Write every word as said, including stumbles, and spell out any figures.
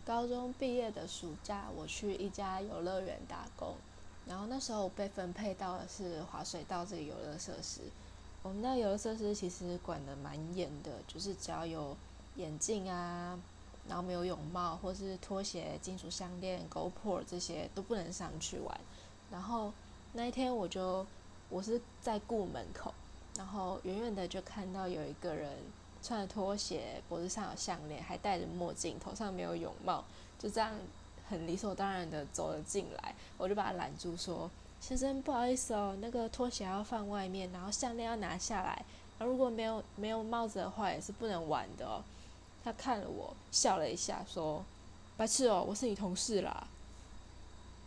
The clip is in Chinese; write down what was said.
高中毕业的暑假，我去一家游乐园打工，然后那时候我被分配到的是滑水道这个游乐设施。我们那游乐设施其实管得蛮严的，就是只要有眼镜啊，然后没有泳帽或是拖鞋、金属项链、GoPro 这些都不能上去玩。然后那一天我就我是在顾门口，然后远远的就看到有一个人穿着拖鞋，脖子上有项链，还戴着墨镜，头上没有泳帽，就这样很理所当然的走了进来。我就把他拦住说：先生，不好意思哦，那个拖鞋要放外面，然后项链要拿下来，然后如果没有没有帽子的话，也是不能玩的哦。他看了我，笑了一下，说：白痴哦，我是你同事啦。